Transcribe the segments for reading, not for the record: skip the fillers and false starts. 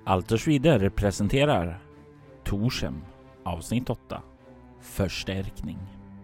Altersvider presenterar Torshem avsnitt 8 Förstärkning.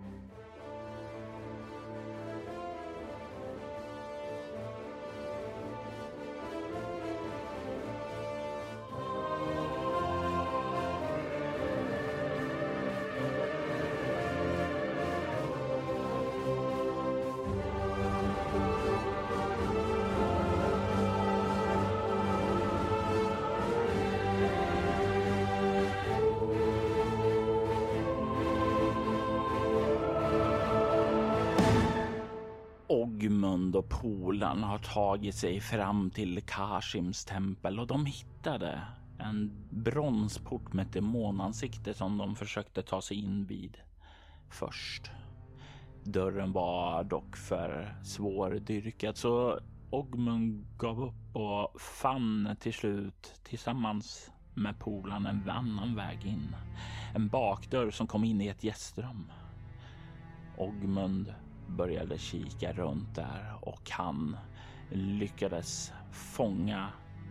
Ogmund och Polan har tagit sig fram till Kashims tempel och de hittade en bronsport med ett demonansikte som de försökte ta sig in vid först. Dörren var dock för svårdyrkad så Ogmund gav upp och fann till slut tillsammans med Polan en annan väg in. En bakdörr som kom in i ett gästrum. Ogmund började kika runt där och han lyckades fånga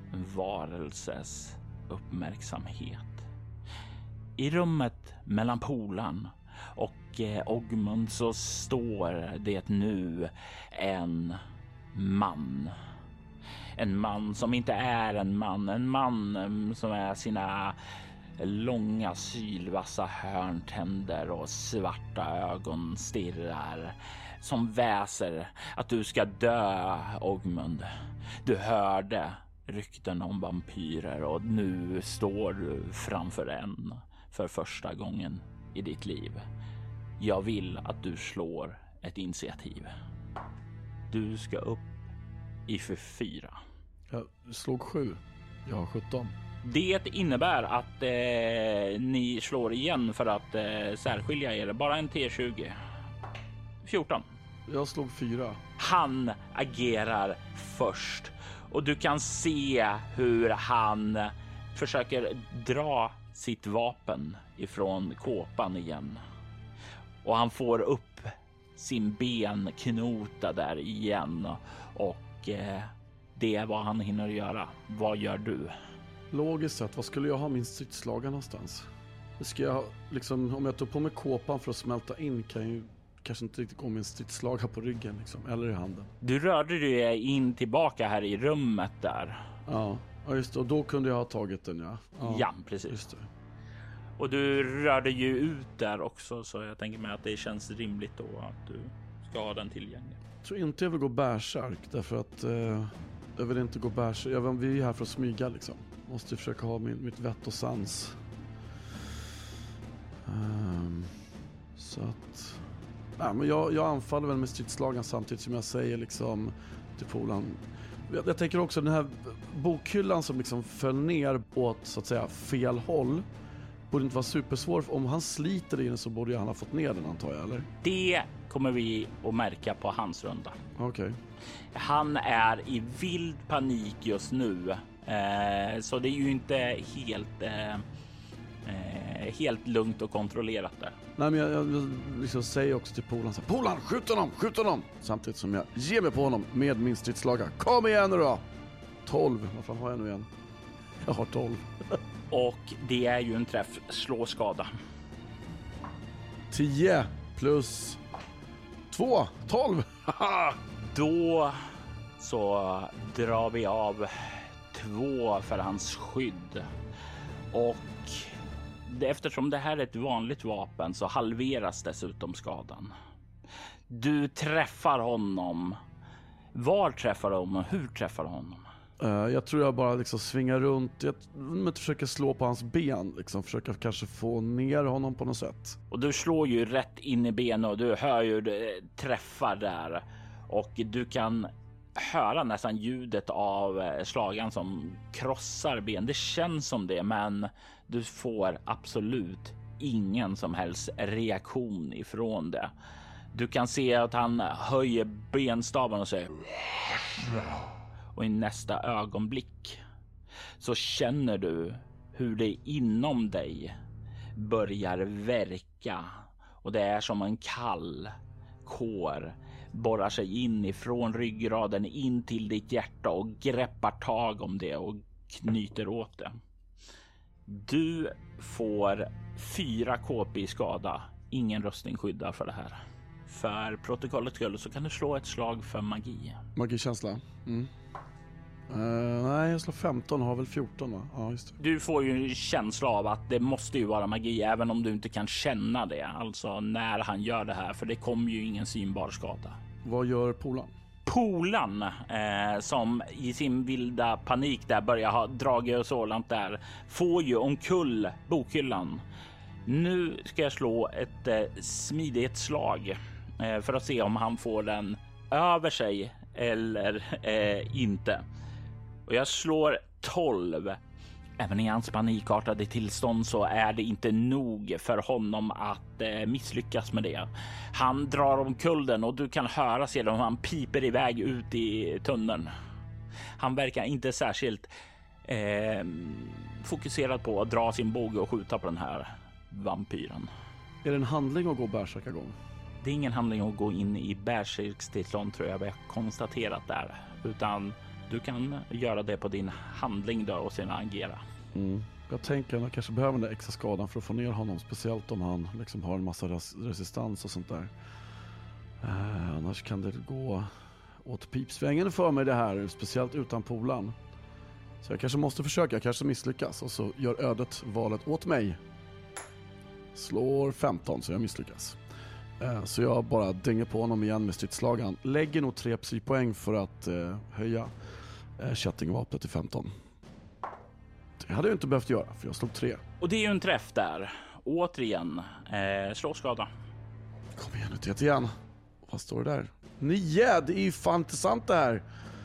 varelses uppmärksamhet. I rummet mellan Polan och Ogmund så står det nu en man. En man som inte är en man som är sina långa sylvassa hörntänder och svarta ögon stirrar som väser att du ska dö, Ogmund. Du hörde rykten om vampyrer och nu står du framför en för första gången i ditt liv. Jag vill att du slår ett initiativ. Du ska upp i för 4. Jag slog 7. Jag har 17. Det innebär att ni slår igen för att särskilja er. Bara en T20. 14. Jag slog 4. Han agerar först och du kan se hur han försöker dra sitt vapen ifrån kåpan igen. Och han får upp sin benknota där igen och det är vad han hinner göra. Vad gör du? Logiskt sett, vad skulle jag ha min stridslaga någonstans? Det ska jag liksom, om jag tar på mig kåpan för att smälta in kan jag ju kanske inte riktigt gå med en stridslaga på ryggen liksom, eller i handen. Du rörde dig in tillbaka här i rummet där. Ja just det, och då kunde jag ha tagit den, ja precis. Just det. Och du rörde ju ut där också så jag tänker mig att det känns rimligt då att du ska ha den tillgänglig. Jag tror inte jag vill gå bärsärk därför att jag vill inte gå bärsärk. Vi är här för att smyga liksom. Måste försöka ha mitt vett och sans. Så att... Nej, men jag anfaller väl med stridslagen samtidigt som jag säger liksom till Polan. Jag tänker också den här bokhyllan som liksom föll ner åt så att säga fel håll. Borde inte vara supersvår. Om han sliter i den så borde han ha fått ner den antar jag, eller? Det kommer vi att märka på hans runda. Okej. Han är i vild panik just nu. Så det är ju inte helt lugnt och kontrollerat där. Nej, men jag liksom säger också till Polan så här, Polan, skjut honom! Samtidigt som jag ger mig på honom med min stridslaga. Kom igen nu då! 12, vad fan har jag nu igen? Jag har 12. Och det är ju en träff, slå skada. 10 plus 2, 12. Då så drar vi av 2 för hans skydd. Och eftersom det här är ett vanligt vapen så halveras dessutom skadan. Du träffar honom. Var träffar du honom och hur träffar du honom? Jag tror jag bara liksom svingar runt. Jag försöker slå på hans ben. Liksom, försöka kanske få ner honom på något sätt. Och du slår ju rätt in i benet och du hör ju träffar där. Och du kan höra nästan ljudet av slagan som krossar ben. Det känns som det, men du får absolut ingen som helst reaktion ifrån det. Du kan se att han höjer benstaven och säger... Och i nästa ögonblick så känner du hur det inom dig börjar verka. Och det är som en kall kår borrar sig in ifrån ryggraden in till ditt hjärta och greppar tag om det och knyter åt det. Du får 4 KP i skada. Ingen rustning skyddar för det här. För protokollets skull så kan du slå ett slag för magi. Magikänsla. Nej, jag slår 15, har väl 14 va? Ja, just det. Du får ju en känsla av att det måste ju vara magi, även om du inte kan känna det. Alltså när han gör det här, för det kommer ju ingen synbar skada. Vad gör Polan? Polan som i sin vilda panik där börjar ha dragit och sådant där, får ju omkull bokhyllan. Nu ska jag slå ett smidighetsslag för att se om han får den över sig eller inte. Och jag slår 12. Även i hans panikartade tillstånd så är det inte nog för honom att misslyckas med det. Han drar omkull den och du kan höra sedan hur han piper iväg ut i tunneln. Han verkar inte särskilt fokuserad på att dra sin båge och skjuta på den här vampyren. Är det en handling att gå bärsärkagång? Det är ingen handling att gå in i bärsärkstillstånd, tror jag vi har konstaterat där. Utan du kan göra det på din handling då och sedan agera. Jag tänker att jag kanske behöver den där extra skadan för att få ner honom. Speciellt om han liksom har en massa resistans och sånt där. Annars kan det gå åt pipsvängen för mig det här. Speciellt utan Polan. Så jag kanske måste försöka. Jag kanske misslyckas. Och så gör ödet valet åt mig. Slår 15 så jag misslyckas. Så jag bara dänger på honom igen med stridsslagan. Lägger nog 3 psypoäng för att höja kättingvapnet till 15. Det hade jag inte behövt göra för jag slog 3. Och det är ju en träff där. Återigen, slå skada. Kom igen nu till igen. Vad står det där? 9, det är ju fan intressant det här.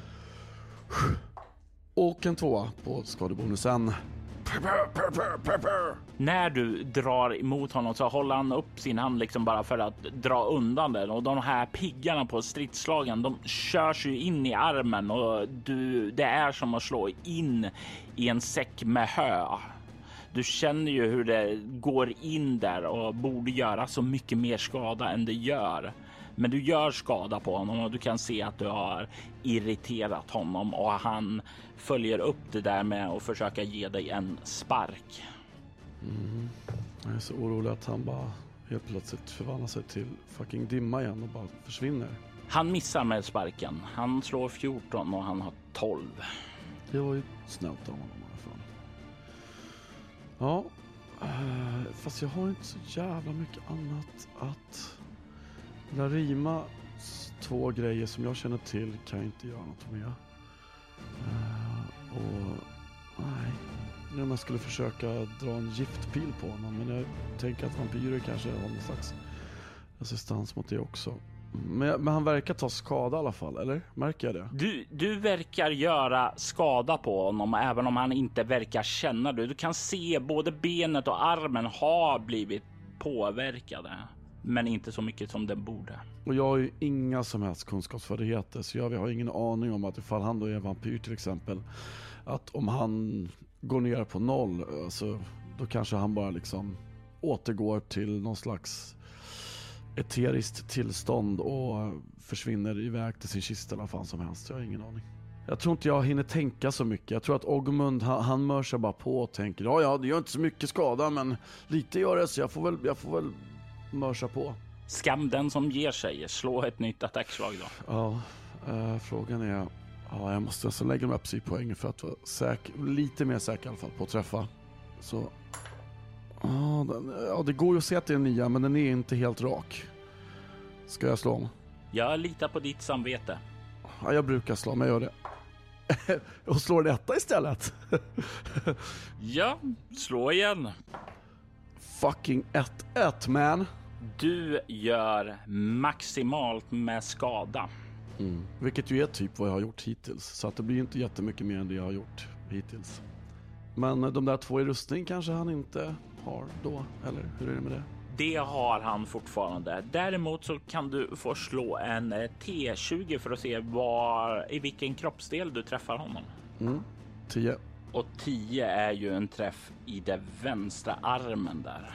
Och en 2 på skadebonusen. När du drar emot honom så håller han upp sin hand liksom bara för att dra undan den. Och de här piggarna på stridsslagen, de körs ju in i armen och det är som att slå in i en säck med hö. Du känner ju hur det går in där och borde göra så mycket mer skada än det gör. Men du gör skada på honom och du kan se att du har irriterat honom och han följer upp det där med att försöka ge dig en spark. Jag är så orolig att han bara helt plötsligt förvandlar sig till fucking dimma igen och bara försvinner. Han missar med sparken. Han slår 14 och han har 12. Det var ju snällt av honom i alla fall. Ja, fast jag har inte så jävla mycket annat att... Larima 2 grejer som jag känner till kan jag inte göra något med. Och nej, nu om jag skulle försöka dra en giftpil på honom, men jag tänker att vampyrer kanske har någon slags resistans mot det också. Men han verkar ta skada i alla fall, eller? Märker jag det? Du verkar göra skada på honom även om han inte verkar känna det. Du kan se både benet och armen har blivit påverkade. Men inte så mycket som den borde. Och jag har ju inga som helst kunskapsfärdigheter. Så jag har ingen aning om att ifall han då är vampyr till exempel. Att om han går ner på 0. Alltså, då kanske han bara liksom återgår till någon slags eteriskt tillstånd. Och försvinner iväg till sin kista eller vad fan som helst. Jag har ingen aning. Jag tror inte jag hinner tänka så mycket. Jag tror att Ogmund han mörsar bara på och tänker. Ja det gör inte så mycket skada men lite gör det så jag får väl mörsa på. Skam den som ger sig. Slå ett nytt attackslag då. Ja, frågan är... Ja, jag måste alltså lägga de här psypoängen för att vara lite mer säker i alla fall på att träffa. Så... Ja, det går ju att se att det är en 9, men den är inte helt rak. Ska jag slå om? Jag litar på ditt samvete. Ja, jag brukar slå, men jag gör det. Och slår detta istället. Ja, slå igen. Fucking 1-1, man. Du gör maximalt med skada. Vilket ju är typ vad jag har gjort hittills. Så att det blir inte jättemycket mer än det jag har gjort hittills. Men de där 2 i rustning kanske han inte har då, eller hur är det med det? Det har han fortfarande. Däremot så kan du få slå en T20 för att se i vilken kroppsdel du träffar honom. 10. Och 10 är ju en träff i den vänstra armen där.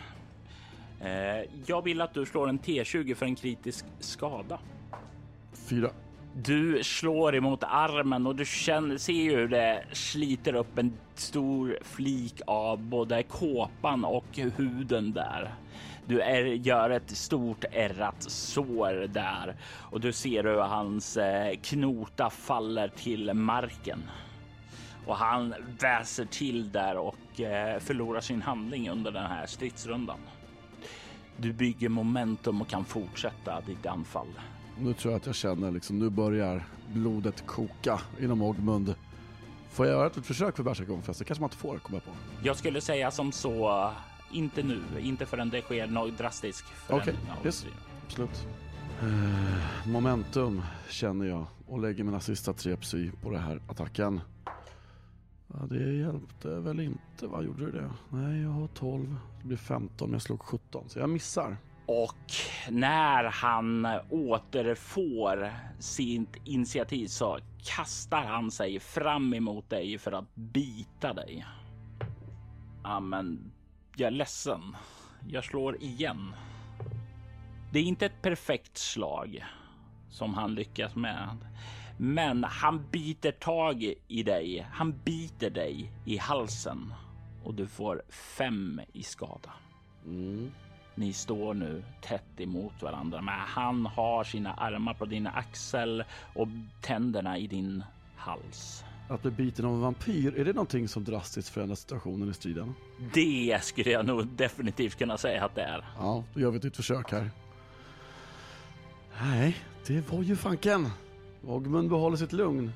Jag vill att du slår en T20 för en kritisk skada. 4. Du slår emot armen och du ser ju hur det sliter upp en stor flik av både kåpan och huden där. Du gör ett stort ärrat sår där och du ser hur hans knota faller till marken. Och han väser till där och förlorar sin handling under den här stridsrundan. Du bygger momentum och kan fortsätta ditt anfall. Nu tror jag att jag känner liksom, nu börjar blodet koka inom Ogmund. Får jag göra ett försök för Berserkgångfest? Det kanske man inte får, komma på. Jag skulle säga som så, inte nu, inte förrän det sker något drastiskt. Okej, yes, absolut. Momentum känner jag och lägger mina sista 3 psy på den här attacken. Ja, det hjälpte väl inte, vad gjorde du det? Nej, jag har 12, det blir 15, men jag slog 17, så jag missar. Och när han återfår sitt initiativ så kastar han sig fram emot dig för att bita dig. Ja, men jag är ledsen. Jag slår igen. Det är inte ett perfekt slag som han lyckas med. Men han biter tag i dig. Han biter dig i halsen och du får 5 i skada. Ni står nu tätt emot varandra, men han har sina armar på din axel och tänderna i din hals. Att bli biten av en vampyr, är det någonting som drastiskt förändrar situationen i striden? Det skulle jag nog definitivt kunna säga att det är. Ja, då gör vi ett nytt försök här. Nej, det var ju fanken. Ogmund behåller sitt lugn.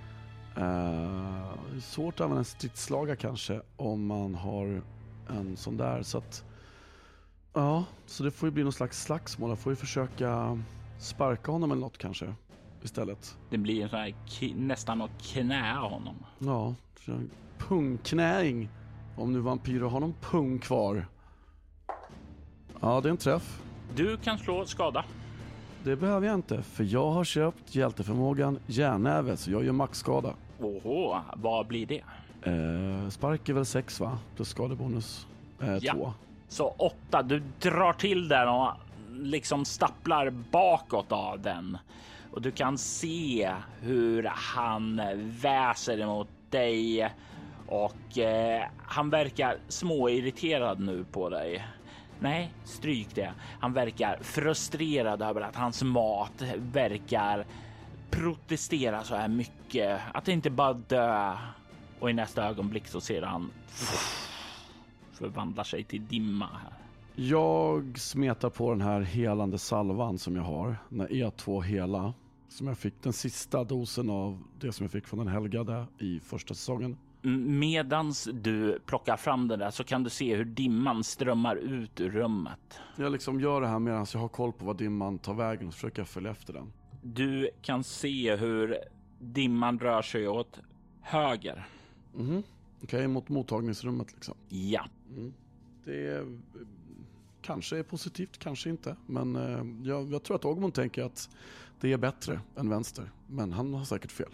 Svårt att använda en stridslaga kanske om man har en sån där, så att ja, så det får ju bli någon slags slagsmål. Jag får ju försöka sparka honom eller något kanske istället. Det blir en sån här nästan att knä honom. Ja, pungknäing. Om nu vampyrer har någon pung kvar. Ja, det är en träff. Du kan slå skada. Det behöver jag inte, för jag har köpt hjälteförmågan järnnäve, så jag gör maxskada. Oho, vad blir det? Spark är väl 6 va? Plus skadebonus 2. Så 8, du drar till den och liksom stapplar bakåt av den. Och du kan se hur han väser emot dig och han verkar småirriterad nu på dig. Nej, stryk det. Han verkar frustrerad över att hans mat verkar protestera så här mycket. Att det inte bara dö. Och i nästa ögonblick så ser han förvandlar sig till dimma här. Jag smetar på den här helande salvan som jag har. Den E2 hela. Som jag fick den sista dosen av det som jag fick från den helgade i första säsongen. Medans du plockar fram den där så kan du se hur dimman strömmar ut ur rummet. Jag liksom gör det här medan jag har koll på vad dimman tar vägen och försöker följa efter den. Du kan se hur dimman rör sig åt höger. Okej, mot mottagningsrummet liksom. Ja. Det kanske är positivt, kanske inte. Men jag tror att Ogmund tänker att det är bättre än vänster. Men han har säkert fel.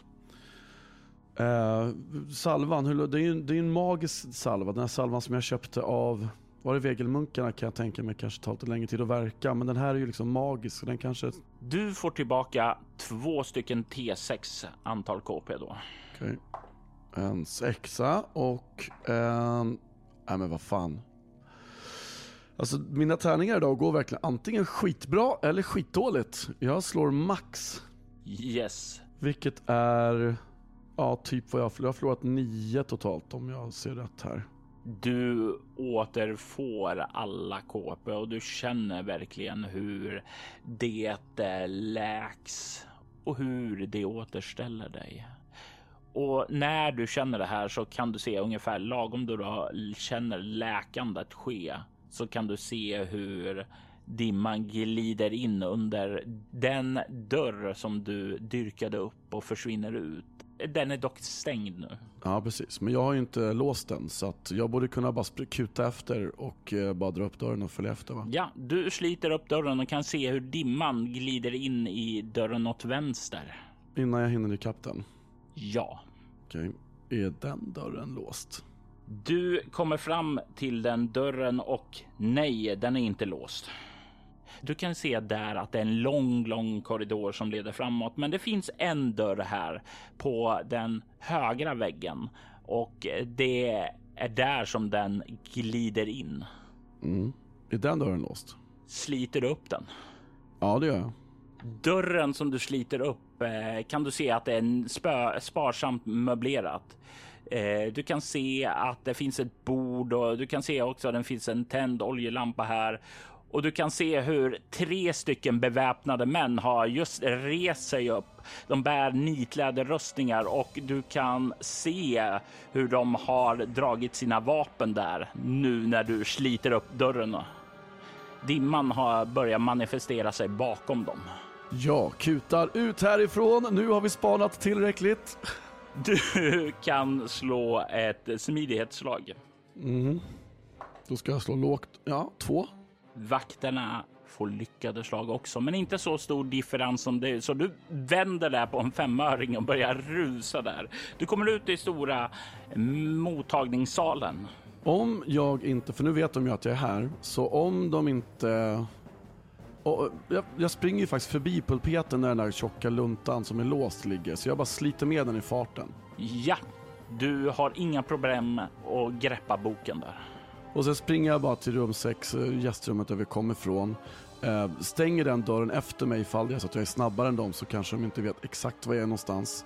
Salvan, det är en magisk salva. Den här salvan som jag köpte av, var det Vegelmunkarna, kan jag tänka mig kanske tar lite längre tid att verka. Men den här är ju liksom magisk, så den kanske... Du får tillbaka 2 stycken T6 antal KP då. Okej. En 6 och en... Nej men vad fan. Alltså mina tärningar idag går verkligen antingen skitbra eller skitdåligt. Jag slår max. Yes. Vilket är... Ja, typ vad jag har förlorat 9 totalt om jag ser rätt här. Du återfår alla KP och du känner verkligen hur det läks och hur det återställer dig. Och när du känner det här så kan du se ungefär lagom då du känner läkandet ske, så kan du se hur dimman glider in under den dörr som du dyrkade upp och försvinner ut. Den är dock stängd nu. Ja, precis. Men jag har ju inte låst den, så att jag borde kunna bara kuta efter och bara dra upp dörren och följa efter, va? Ja, du sliter upp dörren och kan se hur dimman glider in i dörren åt vänster. Innan jag hinner ikapp den? Ja. Okej. Är den dörren låst? Du kommer fram till den dörren och nej, den är inte låst. Du kan se där att det är en lång korridor som leder framåt, men det finns en dörr här på den högra väggen och det är där som den glider in. Är den dörren låst? Sliter du upp den? Ja, det gör jag. Dörren som du sliter upp kan du se att det är sparsamt möblerat. Du kan se att det finns ett bord och du kan se också att det finns en tänd oljelampa här. Och du kan se hur 3 stycken beväpnade män har just rest sig upp. De bär nitläderrustningar och du kan se hur de har dragit sina vapen där nu när du sliter upp dörren. Dimman har börjat manifestera sig bakom dem. Ja, kutar ut härifrån. Nu har vi spanat tillräckligt. Du kan slå ett smidighetsslag. Då ska jag slå lågt. Ja, 2. Vakterna får lyckade slag också, men inte så stor differens som det. Så du vänder där på en 5-öring och börjar rusa där. Du kommer ut i stora mottagningssalen. Om jag inte, för nu vet de ju att jag är här, så om de inte... Jag springer ju faktiskt förbi pulpeten när den där tjocka luntan som är låst ligger, så jag bara sliter med den i farten. Ja, du har inga problem att greppa boken där. Och sen springer jag bara till rum 6, gästrummet där vi kommer ifrån. Stänger den dörren efter mig ifall det är så att jag är snabbare än dem, så kanske de inte vet exakt var jag är någonstans.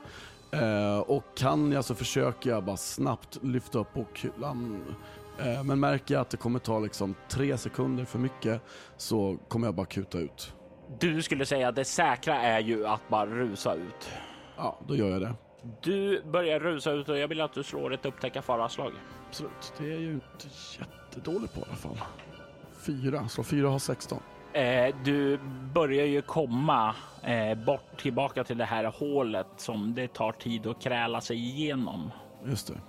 Och kan jag så försöker jag bara snabbt lyfta upp bokhyllan. Men märker jag att det kommer ta liksom 3 sekunder för mycket, så kommer jag bara kuta ut. Du skulle säga att det säkra är ju att bara rusa ut. Ja, då gör jag det. Du börjar rusa ut och jag vill att du slår ett upptäcka faraslag. Absolut, det är ju inte jättedåligt på i alla fall. 4, så 4 har 16. Du börjar ju komma bort tillbaka till det här hålet som det tar tid att kräla sig igenom. Just det.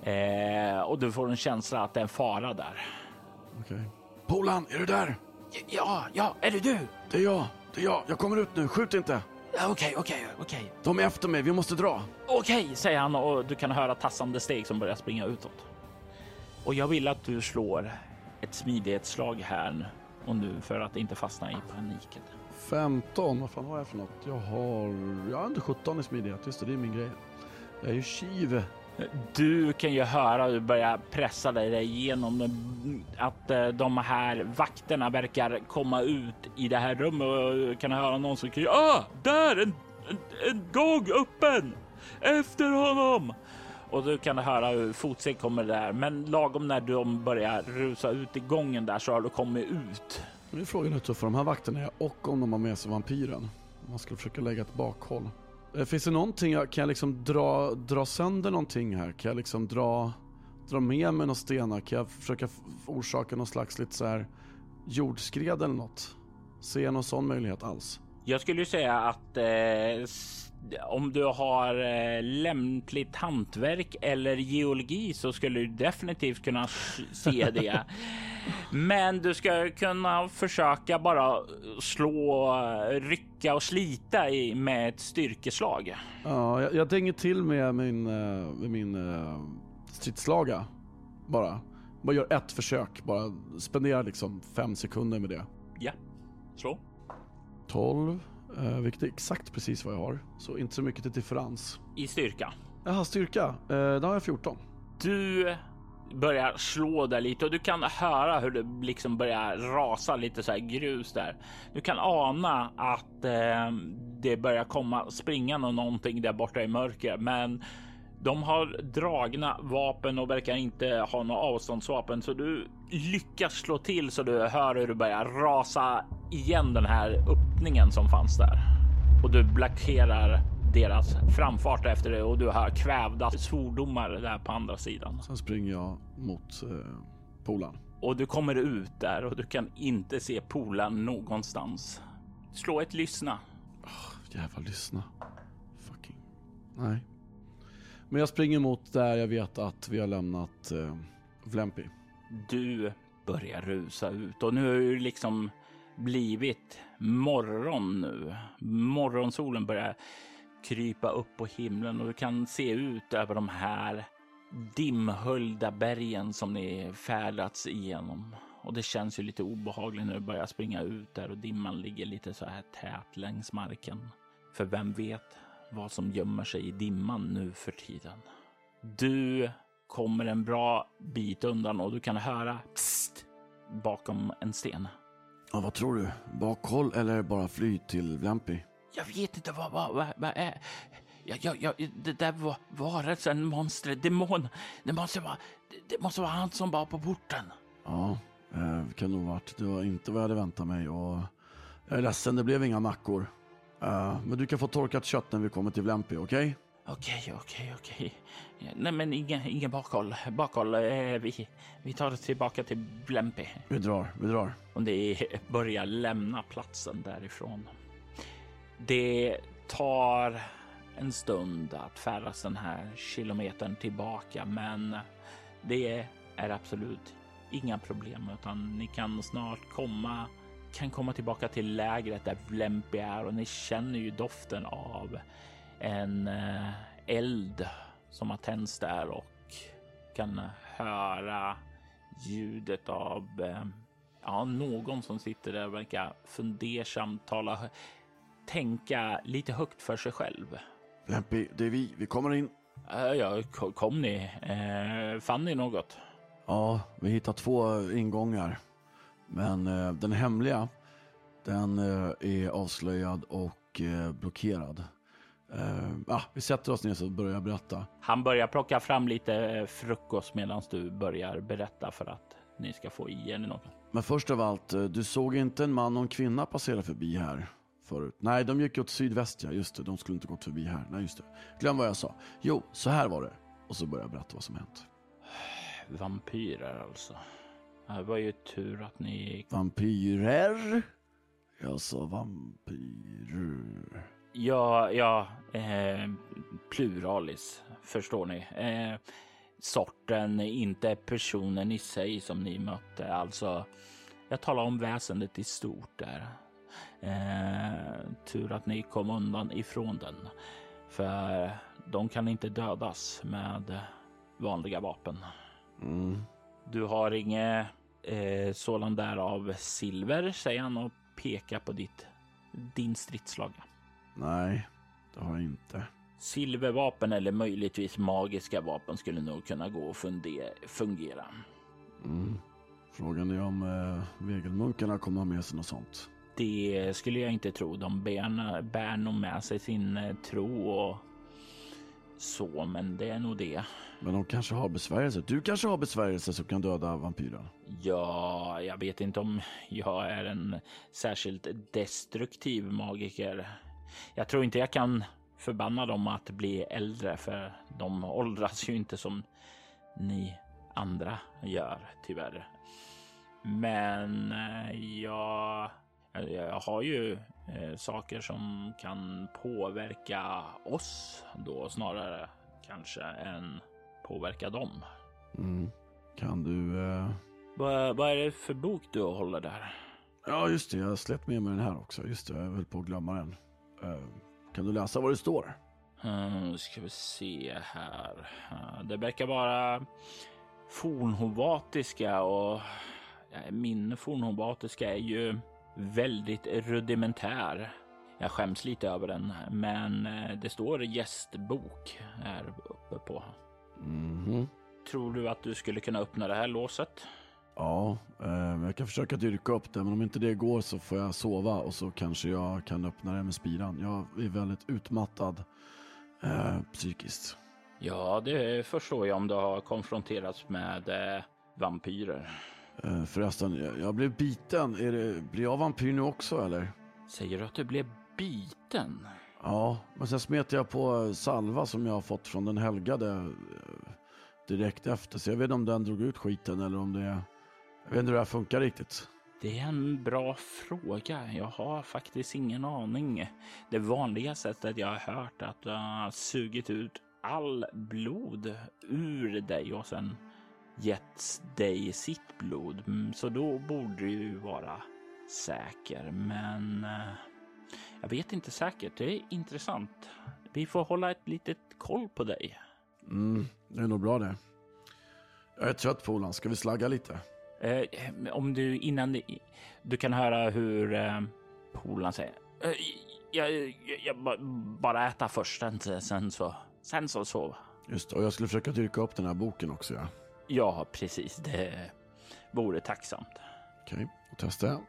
Och du får en känsla att det är en fara där. Okej. Polan, är du där? Ja, är det du? Det är jag. Jag kommer ut nu, skjut inte. Okej. De är efter mig, vi måste dra. Okej, säger han och du kan höra tassande steg som börjar springa utåt. Och jag vill att du slår ett smidighetsslag här och nu för att inte fastna i paniken. 15, vad fan har jag för något? Jag har under 17 i smidighet, just det är min grej. Jag är ju tjiv. Du kan ju höra hur du börjar pressa dig igenom att de här vakterna verkar komma ut i det här rummet och kan höra någon som säger där en gång öppen efter honom. Och du kan höra hur fotsteg kommer där, men lagom när de börjar rusa ut i gången där så har du kommit ut. Nu är frågan hur tuffa de här vakterna är och om de har med sig vampyren. Man skulle försöka lägga ett bakhåll. Finns det någonting, kan jag liksom dra sönder någonting här? Kan jag liksom dra med mig några stenar? Kan jag försöka orsaka någon slags lite så här jordskred eller något? Ser jag någon sån möjlighet alls? Jag skulle ju säga att om du har lämpligt hantverk eller geologi så skulle du definitivt kunna se det. Men du ska kunna försöka bara rycka och slita med ett styrkeslag. Ja, jag dänger till med min stridslaga. Bara gör ett försök. Bara spendera liksom 5 sekunder med det. Ja, slå. 12. Vilket är exakt precis vad jag har. Så inte så mycket till differens. I styrka? Jaha, styrka. Då har jag 14. Du börjar slå där lite och du kan höra hur det liksom börjar rasa lite så här grus där. Du kan ana att det börjar komma springande någonting där borta i mörker, men de har dragna vapen och verkar inte ha några avståndsvapen, så du lyckas slå till så du hör hur du börjar rasa igen den här öppningen som fanns där. Och du blockerar deras framfart efter det och du hör kvävda svordomar där på andra sidan. Sen springer jag mot Polan. Och du kommer ut där och du kan inte se Polan någonstans. Slå ett lyssna. Jävla lyssna. Fucking. Nej. Men jag springer mot där jag vet att vi har lämnat Vlempi. Du börjar rusa ut och nu har det liksom blivit morgon nu. Morgonsolen börjar krypa upp på himlen och du kan se ut över de här dimhöljda bergen som ni färdats igenom. Och det känns ju lite obehagligt när du börjar springa ut där och dimman ligger lite så här tät längs marken. För vem vet vad som gömmer sig i dimman nu för tiden. Du kommer en bra bit undan och du kan höra psst bakom en sten. Ja, vad tror du? Bakhåll eller bara fly till Vlampi? Jag vet inte vad är... det där var varelsen, monstret, demon. Det måste vara han som var på porten. Ja, det kan nog varit. Det var inte vad jag hade väntat mig och jag är ledsen, det blev inga mackor. Men du kan få torkat kött när vi kommer till Vlampi, okej? Okej. Nej, men ingen bakhåll. Vi tar det tillbaka till Vlampi. Vi drar. Och det börjar lämna platsen därifrån. Det tar en stund att färdas den här kilometern tillbaka, men det är absolut inga problem, utan ni kan snart komma tillbaka till lägret där Vlampi är och ni känner ju doften av en eld som har tänts där och kan höra ljudet av någon som sitter där och verkar fundersamt tänka lite högt för sig själv. Vlampi, det är vi kommer in. Ja, kom ni? Fann ni något? Ja, vi hittar 2 ingångar. Men den hemliga, den är avslöjad och blockerad. Vi sätter oss ner och börjar berätta. Han börjar plocka fram lite frukost medan du börjar berätta för att ni ska få i er något. Men först av allt, du såg inte en man och en kvinna passera förbi här förut? Nej, de gick åt sydväst, ja just det. De skulle inte gått förbi här. Nej, just det. Glöm vad jag sa. Jo, så här var det. Och så börjar jag berätta vad som hänt. Vampyrer alltså. Det var ju tur att ni... Vampyrer? Jag sa vampyrer. Ja, pluralis, förstår ni. Sorten, inte personen i sig som ni mötte. Alltså, jag talar om väsendet i stort där. Tur att ni kom undan ifrån den. För de kan inte dödas med vanliga vapen. Du har inget sådan där av silver, säger han och pekar på din stridslaga. Nej, det har jag inte. Silvervapen eller möjligtvis magiska vapen skulle nog kunna gå och fungera. Frågan är om vegelmunkarna kommer med sig något sånt. Det skulle jag inte tro. De bär nog med sig sin tro och så, men det är nog det. Men de kanske har besvärjelser. Du kanske har besvärjelser som kan döda vampyren. Ja, jag vet inte om jag är en särskilt destruktiv magiker. Jag tror inte jag kan förbanna dem att bli äldre, för de åldras ju inte som ni andra gör, tyvärr. Men jag har ju saker som kan påverka oss då snarare kanske än påverka dem. Kan du... Vad är det för bok du håller där? Ja, just det. Jag har släppt med mig den här också. Just det, jag höll på att glömma den. Kan du läsa vad det står? Ska vi se här. Det verkar vara fornhovatiska och min fornhovatiska är ju väldigt rudimentär. Jag skäms lite över den, men det står gästbok här uppe på. Tror du att du skulle kunna öppna det här låset? Ja, jag kan försöka dyrka upp det, men om inte det går så får jag sova och så kanske jag kan öppna det med spiran. Jag är väldigt utmattad psykiskt. Ja, det förstår jag om du har konfronterats med vampyrer. Förresten, jag blev biten. Blir jag vampyr nu också, eller? Säger du att du blev biten? Ja, men sen smet jag på salva som jag har fått från den helgade direkt efter. Så jag vet inte om den drog ut skiten eller om det... Jag vet inte hur det här funkar riktigt. Det är en bra fråga. Jag har faktiskt ingen aning. Det vanliga sättet jag har hört att du har sugit ut all blod ur dig och sen gett dig sitt blod. Så då borde du ju vara säker. Men jag vet inte säkert. Det är intressant. Vi får hålla ett litet koll på dig. Det är nog bra det. Jag är trött på Olan. Ska vi slagga lite? Om du innan du kan höra hur polaren säger. Jag bara äta först, sen så sova. Just det, och jag skulle försöka dyrka upp den här boken också, ja. Ja, precis. Det vore tacksamt. Okej, och testa jag.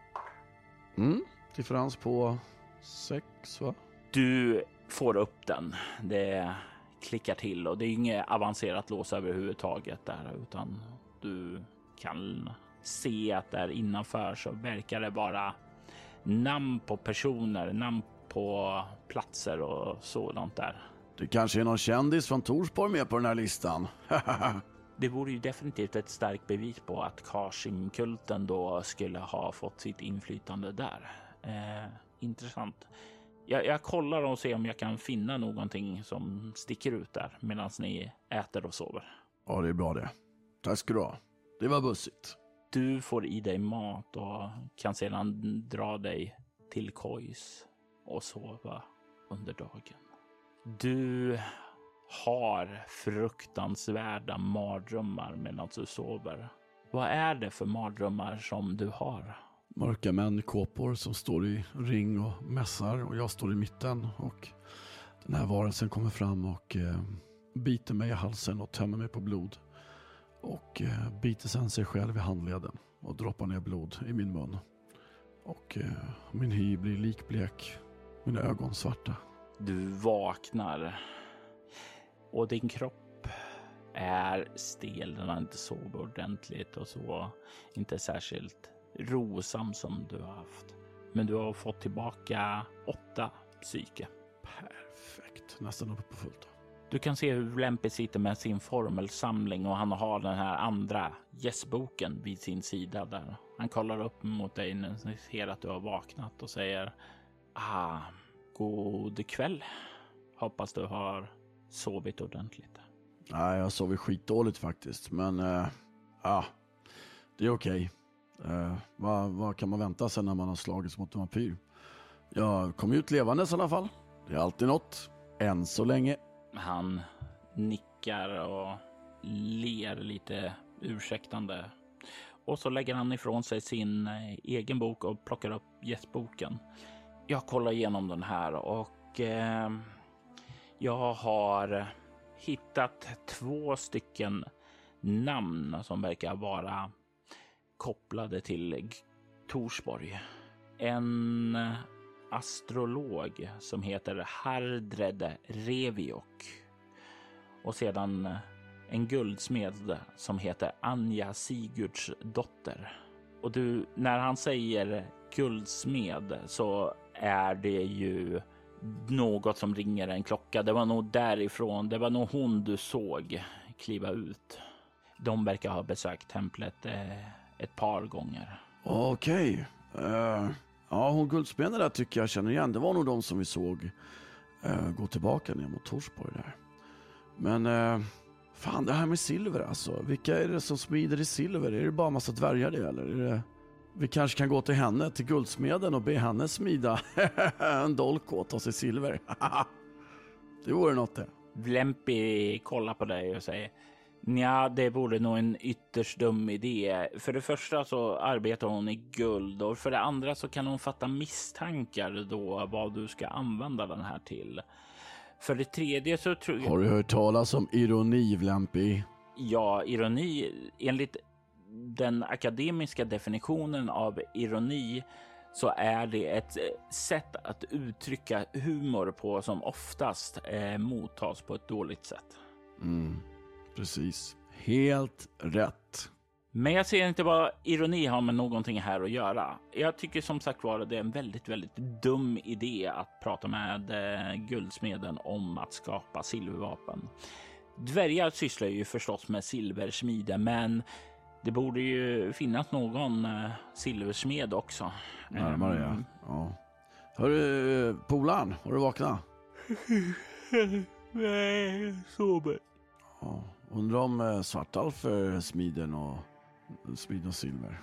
Differens på 6, va? Du får upp den. Det klickar till och det är inget avancerat lås överhuvudtaget där, utan du kan se att där innanför så verkar det vara namn på personer, namn på platser och sådant där. Det kanske är någon kändis från Torsborg med på den här listan. Det vore ju definitivt ett starkt bevis på att Kashim-kulten då skulle ha fått sitt inflytande där. Intressant. Jag kollar och ser om jag kan finna någonting som sticker ut där medan ni äter och sover. Ja, det är bra det. Tack ska du ha. Det var bussigt. Du får i dig mat och kan sedan dra dig till kojs och sova under dagen. Du har fruktansvärda mardrömmar medan du sover. Vad är det för mardrömmar som du har? Mörka män i kåpor som står i ring och mässar och jag står i mitten och den här varelsen kommer fram och biter mig i halsen och tömmer mig på blod och biter sedan sig själv i handleden och droppar ner blod i min mun och min hy blir likblek, mina ögon svarta. Du vaknar och din kropp är stel, den har inte sovit ordentligt och så inte särskilt rosam som du har haft. Men du har fått tillbaka 8 psyke. Perfekt, nästan uppe på fullt. Du kan se hur Lempi sitter med sin formelsamling och han har den här andra gästboken vid sin sida där. Han kollar upp mot dig när han ser att du har vaknat och säger god kväll. Hoppas du har sovit ordentligt. Nej, jag sov skitdåligt faktiskt, men det är okej. Vad kan man vänta sig när man har slagits mot en vampyr? Jag kom ut levandes i alla fall. Det är alltid något. Än så länge. Han nickar och ler lite ursäktande. Och så lägger han ifrån sig sin egen bok och plockar upp gästboken. Jag kollar igenom den här och jag har hittat 2 stycken namn som verkar vara kopplade till Torsborg. En astrolog som heter Hardred Reviok och sedan en guldsmed som heter Anja Sigurdsdotter. Och när han säger guldsmed så är det ju något som ringer en klocka. Det var nog därifrån, det var nog hon du såg kliva ut. De verkar ha besökt templet ett par gånger. Okej. Ja, hon guldsmeden där tycker jag känner igen. Det var nog de som vi såg gå tillbaka ner mot Torsborg där. Men fan, det här med silver alltså. Vilka är det som smider i silver? Är det bara en massa dvärgar det eller? Är det... Vi kanske kan gå till henne, till guldsmeden och be henne smida en dolk åt oss i silver. Det vore något det. Lempi kollar på dig och säger: ja, det vore nog en ytterst dum idé. För det första så arbetar hon i guld och för det andra så kan hon fatta misstankar då vad du ska använda den här till. För det tredje så tror jag... Har du hört talas om ironi, Lempi? Ja, ironi enligt den akademiska definitionen av ironi så är det ett sätt att uttrycka humor på som oftast mottas på ett dåligt sätt. Precis. Helt rätt. Men jag ser inte vad ironi har med någonting här att göra. Jag tycker som sagt var att det är en väldigt, väldigt dum idé att prata med guldsmeden om att skapa silvervapen. Dvärgar sysslar ju förstås med silversmide, men det borde ju finnas någon silversmed också. Närmare, ja. Hörru, polan, har du vaknat? Nej, jag sover. Ja, undrar om Svartalfer smiden och silver.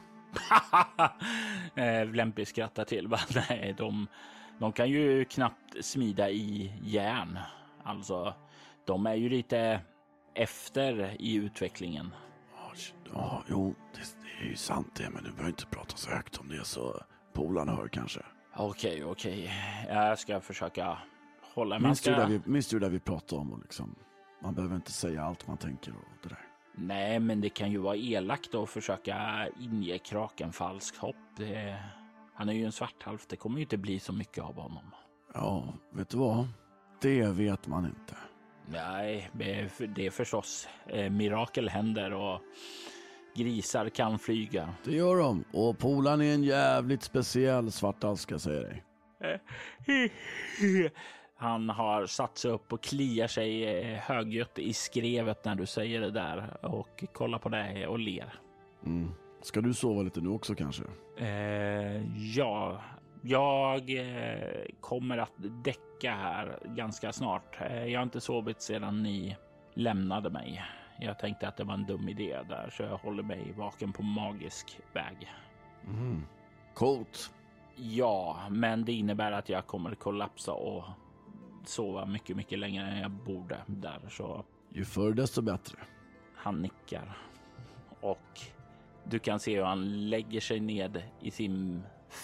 Lempi skrattar till. Nej, de kan ju knappt smida i järn. Alltså, de är ju lite efter i utvecklingen. Ja, jo, det är ju sant det, men du behöver inte prata så högt om det så polarna hör kanske. Okej. Jag ska försöka hålla mig. Minns du det vi pratade om? Och liksom, man behöver inte säga allt man tänker och det där. Nej, men det kan ju vara elakt att försöka inge kraken falskt hopp. Han är ju en svarthalv. Det kommer ju inte bli så mycket av honom. Ja, vet du vad? Det vet man inte. Nej, det är förstås mirakel händer och grisar kan flyga. Det gör de. Och polarn är en jävligt speciell svarthalv, ska jag säga dig. Han har satt sig upp och kliar sig högljutt i skrevet när du säger det där och kollar på dig och ler. Ska du sova lite nu också kanske? Ja, jag kommer att däcka här ganska snart. Jag har inte sovit sedan ni lämnade mig. Jag tänkte att det var en dum idé där, så jag håller mig vaken på magisk väg. Coolt. Ja, men det innebär att jag kommer kollapsa och sova mycket, mycket längre än jag borde där. Så Ju förr desto bättre. han nickar och du kan se hur han lägger sig ned i sin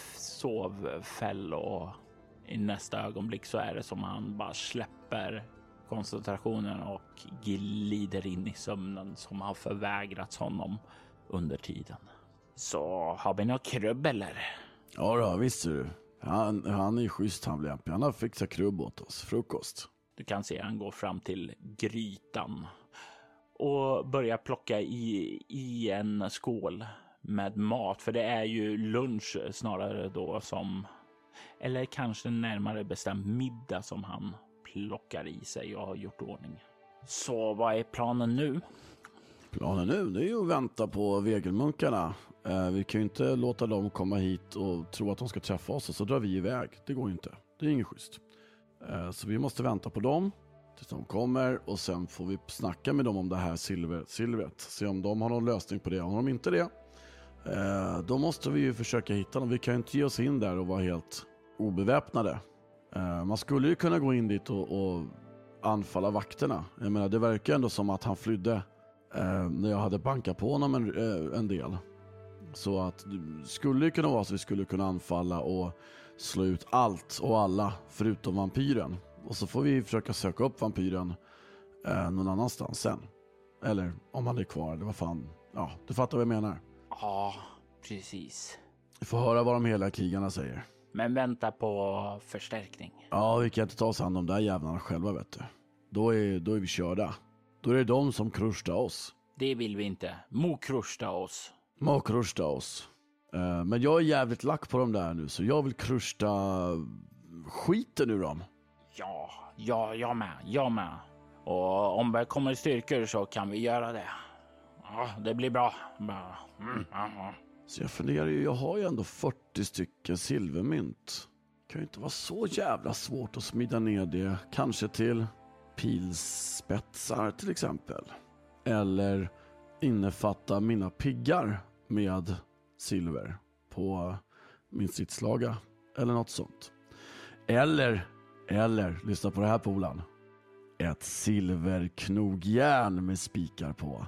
sovfäll och i nästa ögonblick så är det som han bara släpper koncentrationen och glider in i sömnen som har förvägrats honom under tiden. Så har vi något krubb eller? Ja då, visst du. Han är ju schysst, han blir lämplig. Han har fixat krubb åt oss, frukost. Du kan se han går fram till grytan och börjar plocka i en skål med mat. För det är ju lunch snarare då som, eller kanske närmare bestämt middag som han plockar i sig och har gjort ordning. Så vad är planen nu? Planen nu, det är ju att vänta på vegelmunkarna. Vi kan ju inte låta dem komma hit och tro att de ska träffa oss och så drar vi iväg. Det går ju inte. Det är inget schysst. Så vi måste vänta på dem tills de kommer och sen får vi snacka med dem om det här silvret. Se om de har någon lösning på det. Om de inte det, då måste vi ju försöka hitta dem. Vi kan ju inte ge oss in där och vara helt obeväpnade. Man skulle ju kunna gå in dit och anfalla vakterna. Jag menar, det verkar ändå som att han flydde när jag hade bankat på honom en del. Så att det skulle kunna vara så vi skulle kunna anfalla och slå ut allt och alla förutom vampyren. Och så får vi försöka söka upp vampyren någon annanstans sen. Eller om han är kvar, eller vad fan. Ja, du fattar vad jag menar. Ja, precis. Vi får höra vad de hela krigarna säger. Men vänta på förstärkning. Ja, vi kan inte ta oss an de där jävlarna själva, vet du. Då är vi körda. Då är det de som krushtar oss. Det vill vi inte. Mokrushta oss. Mokrushta oss. Men jag är jävligt lack på dem där nu, så jag vill krushta skiten ur dem. Ja, jag med. Och om det kommer styrkor så kan vi göra det. Ja, det blir bra. Så jag funderar ju, jag har ju ändå 40 stycken silvermynt. Det kan ju inte vara så jävla svårt att smida ner det. Kanske till pilspetsar till exempel. Eller innefatta mina piggar med silver på min stridslaga. Eller något sånt. Eller, lyssna på det här polan. Ett silverknogjärn med spikar på.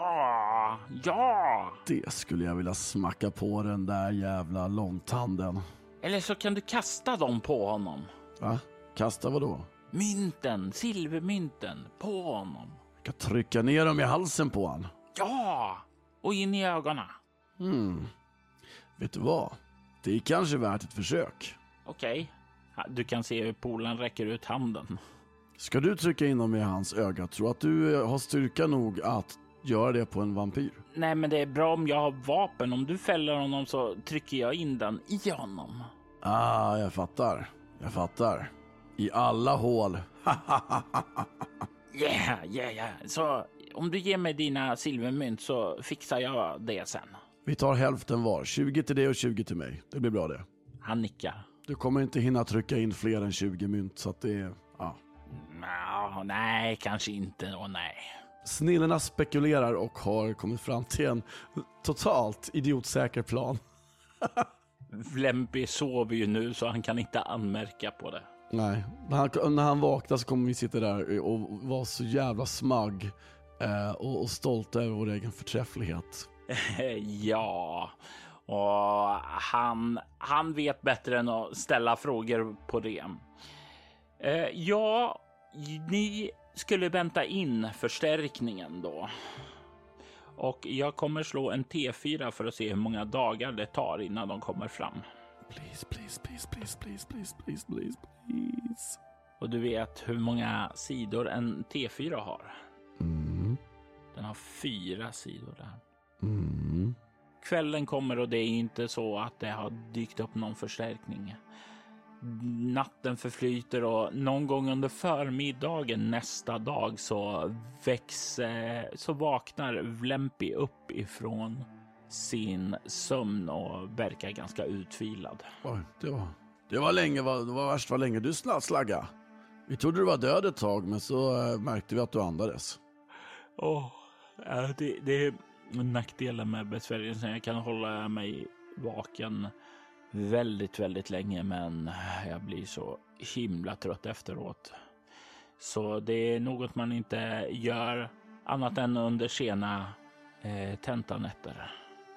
Ja. Det skulle jag vilja smacka på den där jävla långtanden. Eller så kan du kasta dem på honom. Va? Kasta vad då? Silvermynten på honom. Jag kan trycka ner dem i halsen på han. Ja, och in i ögonen. Vet du vad? Det är kanske värt ett försök. Okej. Du kan se hur polen räcker ut handen. Ska du trycka in dem i hans öga? Tror att du har styrka nog att göra det på en vampyr? Nej, men det är bra om jag har vapen. Om du fäller honom så trycker jag in den i honom. Jag fattar. I alla hål. Yeah. Så om du ger mig dina silvermynt så fixar jag det sen. Vi tar hälften var. 20 till dig och 20 till mig. Det blir bra det. Han nickar. Du kommer inte hinna trycka in fler än 20 mynt så att det är... Ja. Nej, kanske inte. Nej. Snillena spekulerar och har kommit fram till en totalt idiotsäker plan. Vlempi sover ju nu så han kan inte anmärka på det. Nej, när han vaknar så kommer vi sitta där och vara så jävla smagg och stolta över vår egen förträfflighet. Ja, och han vet bättre än att ställa frågor på det. Ja, ni skulle vänta in förstärkningen då. Och jag kommer slå en T4 för att se hur många dagar det tar innan de kommer fram. Please, please, please, please, please, please, please, please, please. Och du vet hur många sidor en T4 har? Den har 4 sidor där. Kvällen kommer och det är inte så att det har dykt upp någon förstärkning. Natten förflyter och någon gång under förmiddagen nästa dag så vaknar Vlempi upp ifrån sin sömn och verkar ganska utvilad. Oj, det var länge, det var värst vad länge du slagga. Vi trodde du var död ett tag, men så märkte vi att du andades. Det är nackdelen med besvärjelsen. Jag kan hålla mig vaken väldigt, väldigt länge, men jag blir så himla trött efteråt. Så det är något man inte gör annat än under sena tentanätter.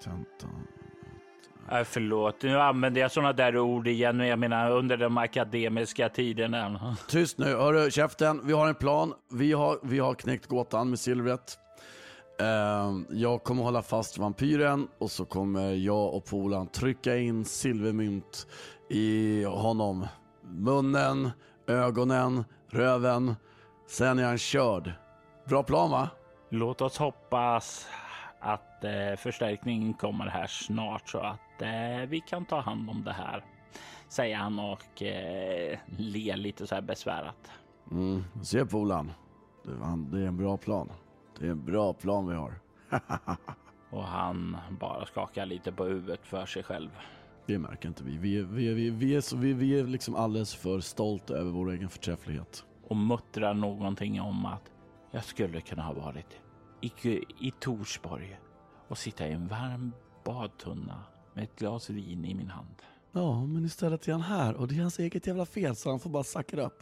Förlåt, nu använder jag sådana där ord igen. Men jag menar under de akademiska tiderna. Tyst nu, hörru, käften. Vi har en plan. Vi har knäckt gåtan med silvret. Jag kommer hålla fast vampyren och så kommer jag och Polan trycka in silvermynt i honom. Munnen, ögonen, röven. Sen är han körd. Bra plan, va? Låt oss hoppas att förstärkningen kommer här snart så att vi kan ta hand om det här, säger han och ler lite så här besvärat. Se Polan, det är en bra plan. Det är en bra plan vi har. Och han bara skakar lite på huvudet för sig själv. Det märker inte vi. Vi är liksom alldeles för stolta över vår egen förträfflighet. Och muttrar någonting om att jag skulle kunna ha varit i Torsborg och sitta i en varm badtunna med ett glas vin i min hand. Ja, men istället är han här och det är hans eget jävla fel så han får bara sacka upp.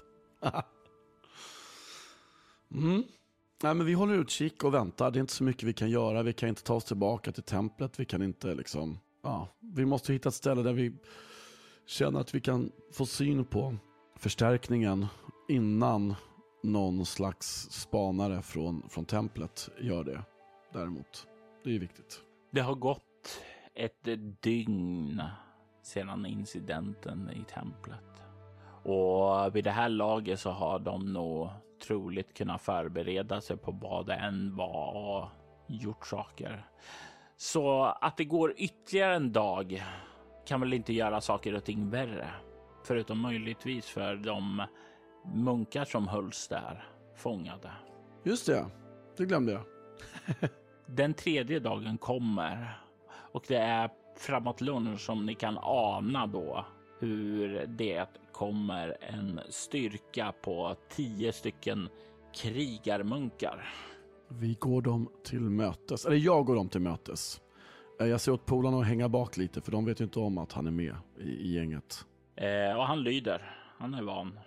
Nej, men vi håller utkik och väntar. Det är inte så mycket vi kan göra. Vi kan inte ta oss tillbaka till templet. Vi kan inte liksom... Ja, vi måste hitta ett ställe där vi känner att vi kan få syn på förstärkningen innan någon slags spanare från templet gör det. Däremot, det är viktigt. Det har gått ett dygn sedan incidenten i templet. Och vid det här laget så har de nog troligt kunnat förbereda sig på vad det än var och gjort saker. Så att det går ytterligare en dag kan väl inte göra saker och ting värre. Förutom möjligtvis för de munkar som hölls där fångade. Just det glömde jag. Den tredje dagen kommer och det är framåt lunch som ni kan ana då hur det kommer en styrka på 10 stycken krigarmunkar. Vi går dem till mötes, eller jag går dem till mötes. Jag ser åt polarna att hänga bak lite för de vet ju inte om att han är med i gänget. Och han lyder, han är van.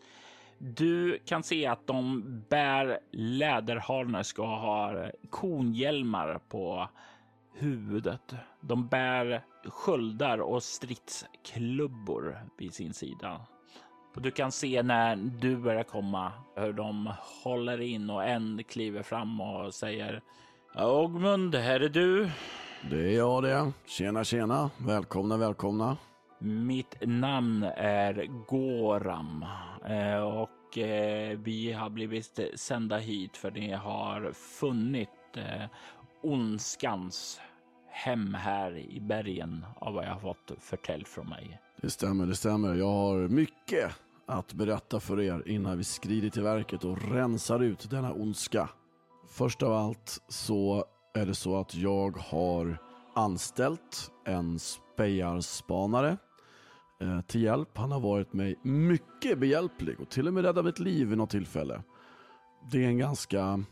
Du kan se att de bär läderharnes och har konhjälmar på huvudet. De bär sköldar och stridsklubbor vid sin sida. Och du kan se när du börjar komma hur de håller in och en kliver fram och säger: Ogmund, här är du. Det är jag det. Tjena. Välkomna. Mitt namn är Goram och vi har blivit sända hit för ni har funnit ondskans hem här i bergen av vad jag har fått förtäll från mig. Det stämmer. Jag har mycket att berätta för er innan vi skrider till verket och rensar ut denna ondska. Först av allt så är det så att jag har anställt en spejarspanare till hjälp. Han har varit mig mycket behjälplig och till och med räddat mitt liv vid något tillfälle. Det är en ganska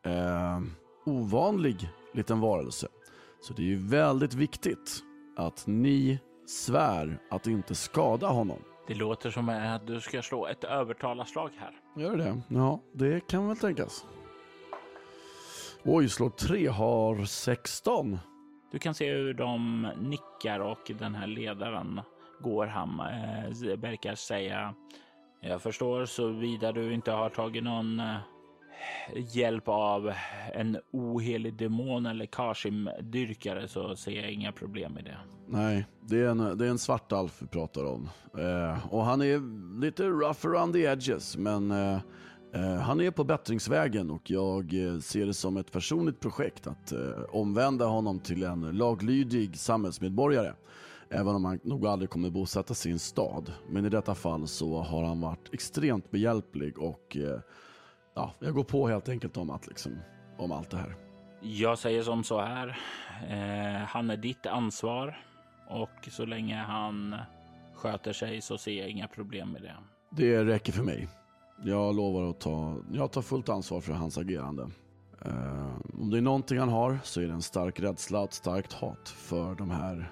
ovanlig liten varelse. Så det är ju väldigt viktigt att ni svär att inte skada honom. Det låter som att du ska slå ett övertalarslag här. Gör det? Ja, det kan väl tänkas. Oj, slår 3, har 16. Du kan se hur de nickar och den här ledaren Gorham verkar säga: jag förstår, så vidare du inte har tagit någon hjälp av en ohelig demon eller Kashim-dyrkare, så ser jag inga problem med det. Nej, det är en svart alf vi pratar om. Och han är lite rough around the edges, men han är på bättringsvägen och jag ser det som ett personligt projekt att omvända honom till en laglydig samhällsmedborgare. Även om han nog aldrig kommer bosätta sig i en stad. Men i detta fall så har han varit extremt behjälplig och jag går på helt enkelt om allt det här. Jag säger som så här. Han är ditt ansvar och så länge han sköter sig så ser jag inga problem med det. Det räcker för mig. Jag lovar att jag tar fullt ansvar för hans agerande. Om det är någonting han har så är det en stark rädsla och ett starkt hat för de här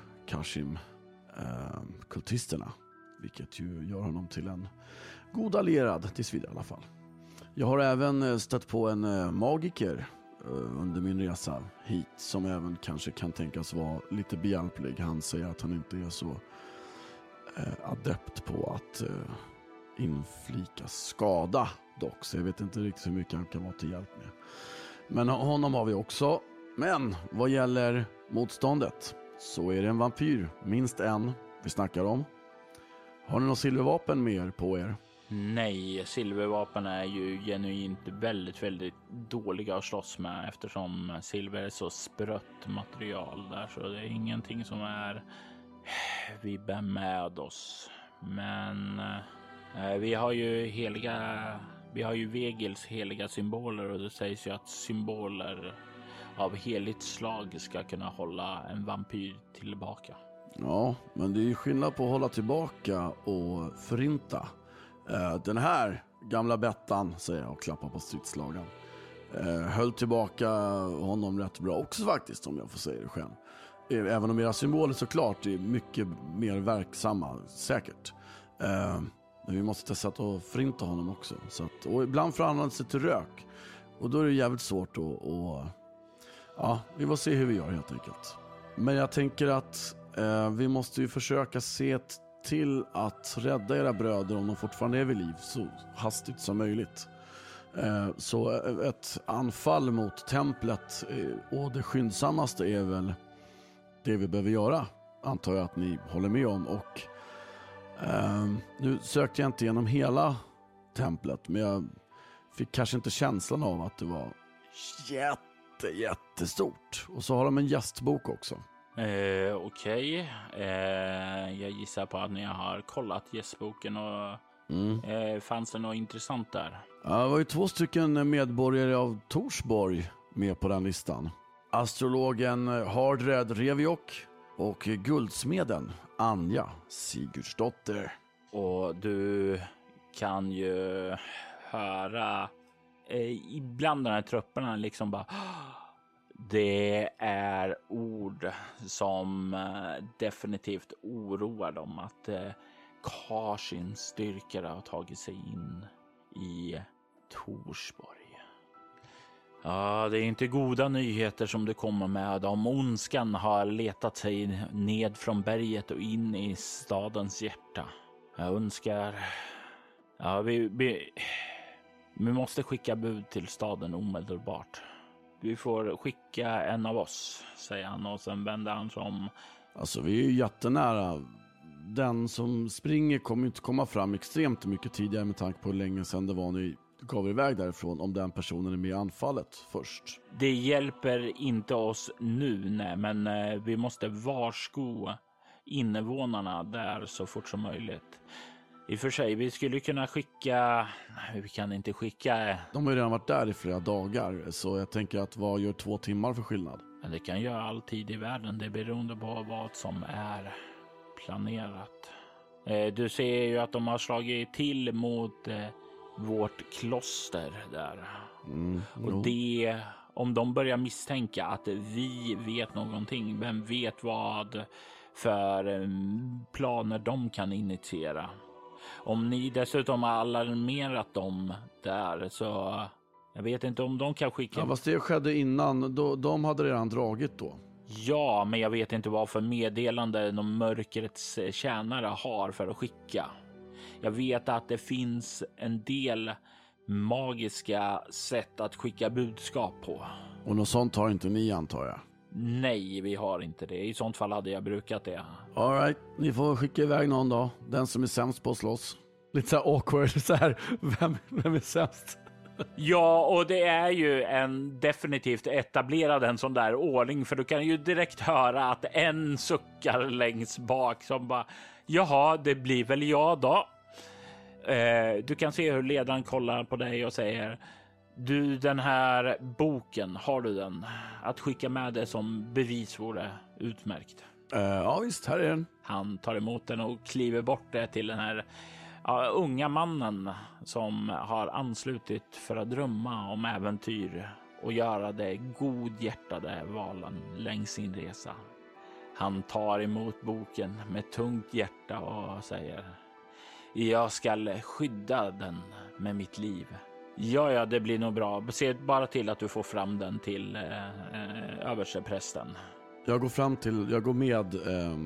Kashim-kultisterna. Vilket ju gör honom till en god allierad tills vidare i alla fall. Jag har även stött på en magiker under min resa hit som även kanske kan tänkas vara lite behjälplig. Han säger att han inte är så adept på att inflika skada dock, så jag vet inte riktigt hur mycket han kan vara till hjälp med. Men honom har vi också. Men vad gäller motståndet så är det en vampyr, minst en, vi snackar om. Har ni något silvervapen med er på er? Nej, silvervapen är ju genuint väldigt, väldigt dåliga att slåss med eftersom silver är så sprött material där, så det är ingenting som vi bär med oss. Men vi har ju Vegils heliga symboler och det sägs ju att symboler av heligt slag ska kunna hålla en vampyr tillbaka. Ja, men det är ju skillnad på att hålla tillbaka och förinta. Den här gamla Bettan, säger jag och klappar på stridslagen, höll tillbaka honom rätt bra också faktiskt, om jag får säga det själv. Även om era symboler såklart är mycket mer verksamma, säkert. Men vi måste testa att förinta honom också. Och ibland får han använda sig till rök. Och då är det jävligt svårt vi får se hur vi gör helt enkelt. Men jag tänker att vi måste ju försöka se till att rädda era bröder om de fortfarande är vid liv så hastigt som möjligt. Så ett anfall mot templet och det skyndsammaste är väl det vi behöver göra, antar jag att ni håller med om. Och nu sökte jag inte igenom hela templet, men jag fick kanske inte känslan av att det var jättestort. Och så har de en gästbok också. Okej. Jag gissar på att ni har kollat gästboken och fanns det något intressant där? Ja, det var ju 2 stycken medborgare av Torsborg med på den listan. Astrologen Hardred Reviok och guldsmeden Anja Sigurdsdotter. Och du kan ju höra ibland de här trupperna liksom bara... Det är ord som definitivt oroar dem, att Kashims styrkor har tagit sig in i Torsborg. Ja, det är inte goda nyheter som det kommer med. Om ondskan har letat sig ned från berget och in i stadens hjärta. Jag önskar... Ja, vi måste skicka bud till staden omedelbart. Vi får skicka en av oss, säger han, och sen vänder han sig om. Alltså, vi är ju jättenära. Den som springer kommer inte komma fram extremt mycket tidigare med tanke på hur länge sedan det var ni gav iväg därifrån, om den personen är med i anfallet först. Det hjälper inte oss nu, nej, men vi måste varsko invånarna där så fort som möjligt. I och för sig, vi skulle kunna skicka... Nej, vi kan inte skicka... De har ju redan varit där i flera dagar, så jag tänker att vad gör 2 timmar för skillnad? Men det kan göra all tid i världen, det är beroende på vad som är planerat. Du ser ju att de har slagit till mot vårt kloster där. Och det... Om de börjar misstänka att vi vet någonting, vem vet vad för planer de kan initiera. Om ni dessutom har alarmerat dem där så Jag vet inte om de kan skicka... Ja, fast det skedde innan. De hade redan dragit då. Ja, men jag vet inte vad för meddelande de mörkrets tjänare har för att skicka. Jag vet att det finns en del magiska sätt att skicka budskap på. Och något sånt har inte ni, antar jag? Nej, vi har inte det. I sånt fall hade jag brukat det. All right, ni får skicka iväg någon då. Den som är sämst på att slåss. Lite så här awkward, så här. Vem är sämst? Ja, och det är ju en definitivt etablerad en sån där ordning, för du kan ju direkt höra att en suckar längst bak som bara, jaha, det blir väl jag då. Du kan se hur ledaren kollar på dig och säger, du, den här boken, har du den? Att skicka med det som bevis vore utmärkt. Ja visst, här är den. Han tar emot den och kliver bort det till den här unga mannen som har anslutit för att drömma om äventyr och göra det godhjärtade valen längs sin resa. Han tar emot boken med tungt hjärta och säger, jag ska skydda den med mitt liv. Ja, det blir nog bra. Se bara till att du får fram den till översteprästen. Jag går med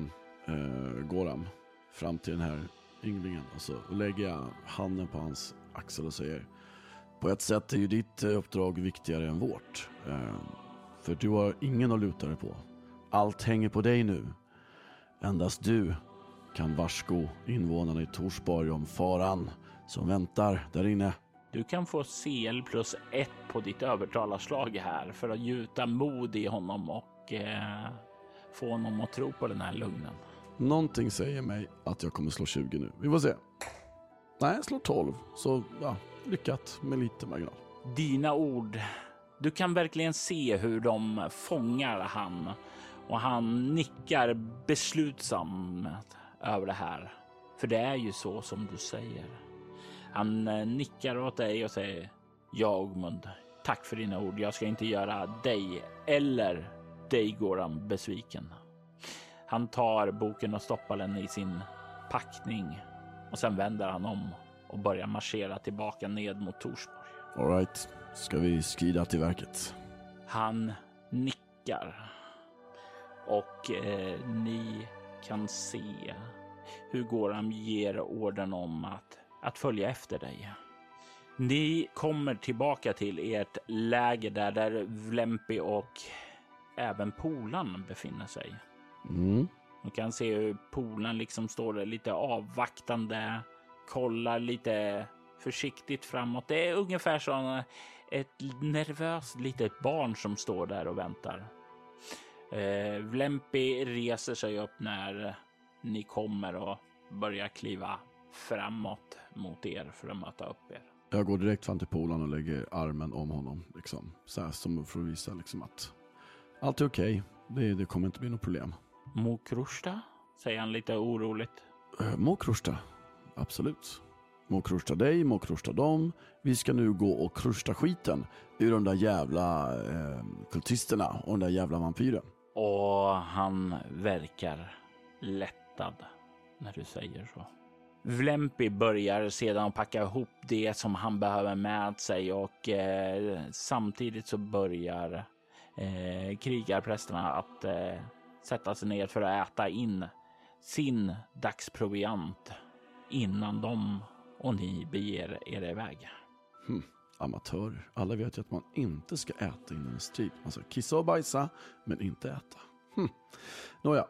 Goram fram till den här ynglingen och så lägger jag handen på hans axel och säger, på ett sätt är ju ditt uppdrag viktigare än vårt. För du har ingen att luta dig på. Allt hänger på dig nu. Endast du kan varsko invånarna i Torsborg om faran som väntar där inne. Du kan få CL+1 på ditt övertalarslag här för att gjuta mod i honom och få honom att tro på den här lugnen. Någonting säger mig att jag kommer slå 20 nu. Vi får se. Nej, jag slår 12. Så ja, lyckat med lite marginal. Dina ord, du kan verkligen se hur de fångar han. Och han nickar beslutsamt över det här. För det är ju så som du säger. Han nickar åt dig och säger, ja Ogmund, tack för dina ord. Jag ska inte göra dig eller dig Goram besviken. Han tar boken och stoppar den i sin packning. Och sen vänder han om och börjar marschera tillbaka ned mot Torsborg. All right, ska vi skrida till verket? Han nickar. Och ni kan se hur Goram ger orden om att följa efter dig. Ni kommer tillbaka till ert läger där Vlempi och även Polan befinner sig. Man kan se hur Polan liksom står där lite avvaktande, kollar lite försiktigt framåt. Det är ungefär som ett nervöst litet barn som står där och väntar. Vlempi reser sig upp när ni kommer och börjar kliva framåt mot er för att möta upp er. Jag går direkt fram till Polan och lägger armen om honom. Liksom. Så här, som för att visa liksom, att allt är okej. Det kommer inte bli något problem. Mokrusta? Säger han lite oroligt. Mokrusta? Absolut. Mokrusta dig, mokrusta dem. Vi ska nu gå och krusta skiten ur de där jävla kultisterna och den där jävla vampyren. Och han verkar lättad när du säger så. Vlempi börjar sedan packa ihop det som han behöver med sig och samtidigt så börjar krigarprästerna att sätta sig ner för att äta in sin dagsproviant innan de och ni beger er iväg. Amatörer. Alla vet ju att man inte ska äta innan en strid. Man ska kissa och bajsa, men inte äta. Nåja,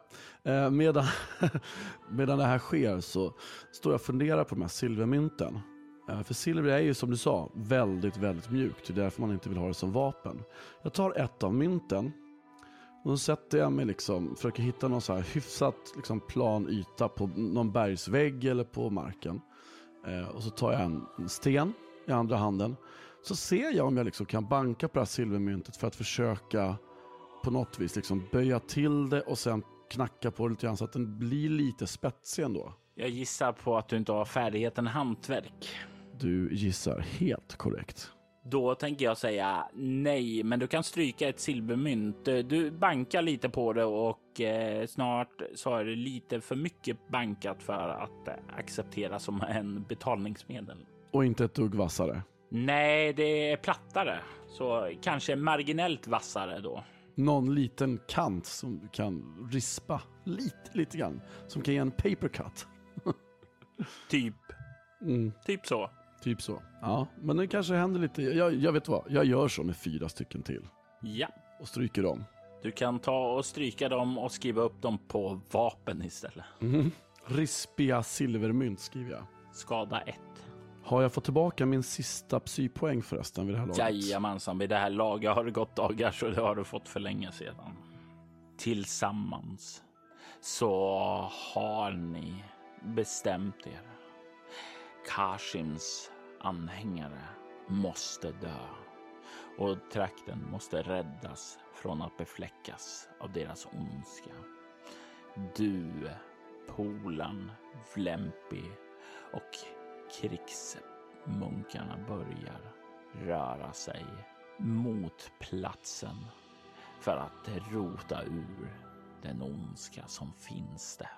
medan det här sker så står jag och funderar på de här silvermynten. För silver är ju, som du sa, väldigt, väldigt mjukt. Det är därför man inte vill ha det som vapen. Jag tar ett av mynten och så sätter jag mig liksom, försöker hitta någon så här hyfsat liksom plan yta på någon bergsvägg eller på marken. Och så tar jag en sten i andra handen. Så ser jag om jag liksom kan banka på det här silvermyntet för att försöka på något vis liksom böja till det och sen knacka på det lite grann så att den blir lite spetsig ändå. Jag gissar på att du inte har färdigheten hantverk. Du gissar helt korrekt. Då tänker jag säga nej, men du kan stryka ett silvermynt. Du bankar lite på det och snart så är det lite för mycket bankat för att acceptera som en betalningsmedel. Och inte ett dugg vassare. Nej, det är plattare. Så kanske marginellt vassare då. Någon liten kant som kan rispa lite grann. Som kan ge en papercut. Typ så. Typ så. Ja, men det kanske händer lite. Jag vet vad, jag gör så med 4 stycken till. Ja. Och stryker dem. Du kan ta och stryka dem och skriva upp dem på vapen istället. Rispiga silvermynt skriver jag. Skada 1. Har jag fått tillbaka min sista psypoäng förresten vid det här laget? Jajamensan, vid det här laget har det gått dagar så det har du fått för länge sedan. Tillsammans så har ni bestämt er. Kashims anhängare måste dö och trakten måste räddas från att befläckas av deras ondska. Du, Polan, Vlempi och krigsmunkarna börjar röra sig mot platsen för att rota ur den ondska som finns där.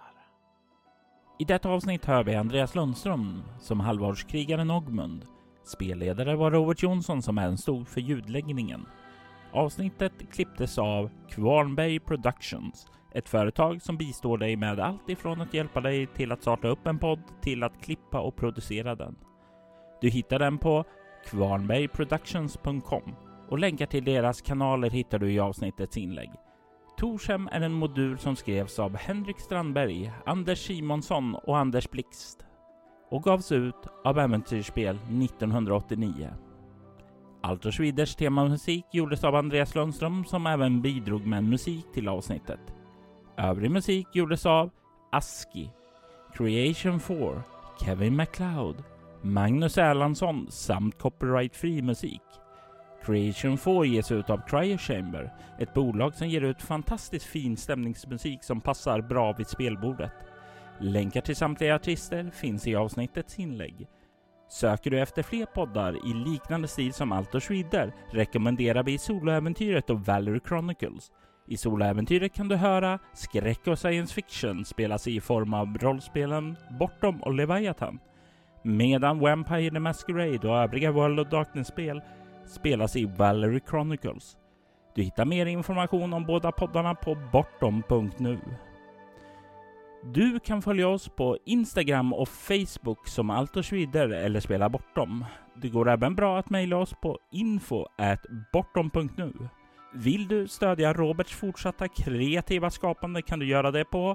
I detta avsnitt hör vi Andreas Lundström som halvårskrigaren Ogmund. Spelledare var Robert Jonsson som även stod för ljudläggningen. Avsnittet klipptes av Kvarnberg Productions, ett företag som bistår dig med allt ifrån att hjälpa dig till att starta upp en podd till att klippa och producera den. Du hittar den på kvarnbergproductions.com och länkar till deras kanaler hittar du i avsnittets inlägg. Torshem är en modul som skrevs av Henrik Strandberg, Anders Simonsson och Anders Blixt och gavs ut av Äventyrsspel 1989. Altor Schwiders temamusik gjordes av Andreas Lundström som även bidrog med musik till avsnittet. Övrig musik gjordes av Aski, Creation 4, Kevin MacLeod, Magnus Erlandsson samt copyright-fri musik. Creation 4 ges ut av Cryo Chamber, ett bolag som ger ut fantastiskt fin stämningsmusik som passar bra vid spelbordet. Länkar till samtliga artister finns i avsnittets inlägg. Söker du efter fler poddar i liknande stil som Altor Schwider rekommenderar vi Soloäventyret och Valerie Chronicles. I Soloäventyret kan du höra skräck och science fiction spelas i form av rollspelen Bortom och Leviathan. Medan Vampire the Masquerade och övriga World of Darkness-spel spelas i Valerie Chronicles. Du hittar mer information om båda poddarna på bortom.nu. Du kan följa oss på Instagram och Facebook som Altor Schwider eller Spela Bortom. Det går även bra att mejla oss på info@bortom.nu. Vill du stödja Roberts fortsatta kreativa skapande kan du göra det på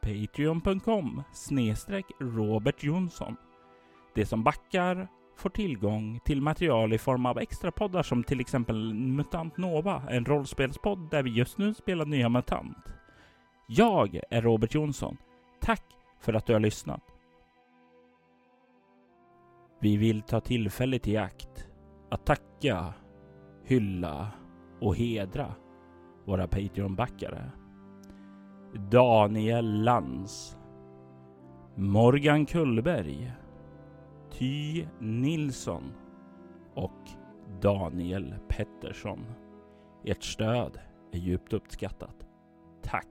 patreon.com/Robert Jonsson. Det som backar får tillgång till material i form av extra poddar som till exempel Mutant Nova, en rollspelspodd där vi just nu spelar nya Mutant. Jag är Robert Jonsson. Tack för att du har lyssnat. Vi vill ta tillfället i akt att tacka, hylla och hedra våra Patreon-backare. Daniel Lantz, Morgan Kullberg, Ty Nilsson och Daniel Pettersson. Ert stöd är djupt uppskattat. Tack!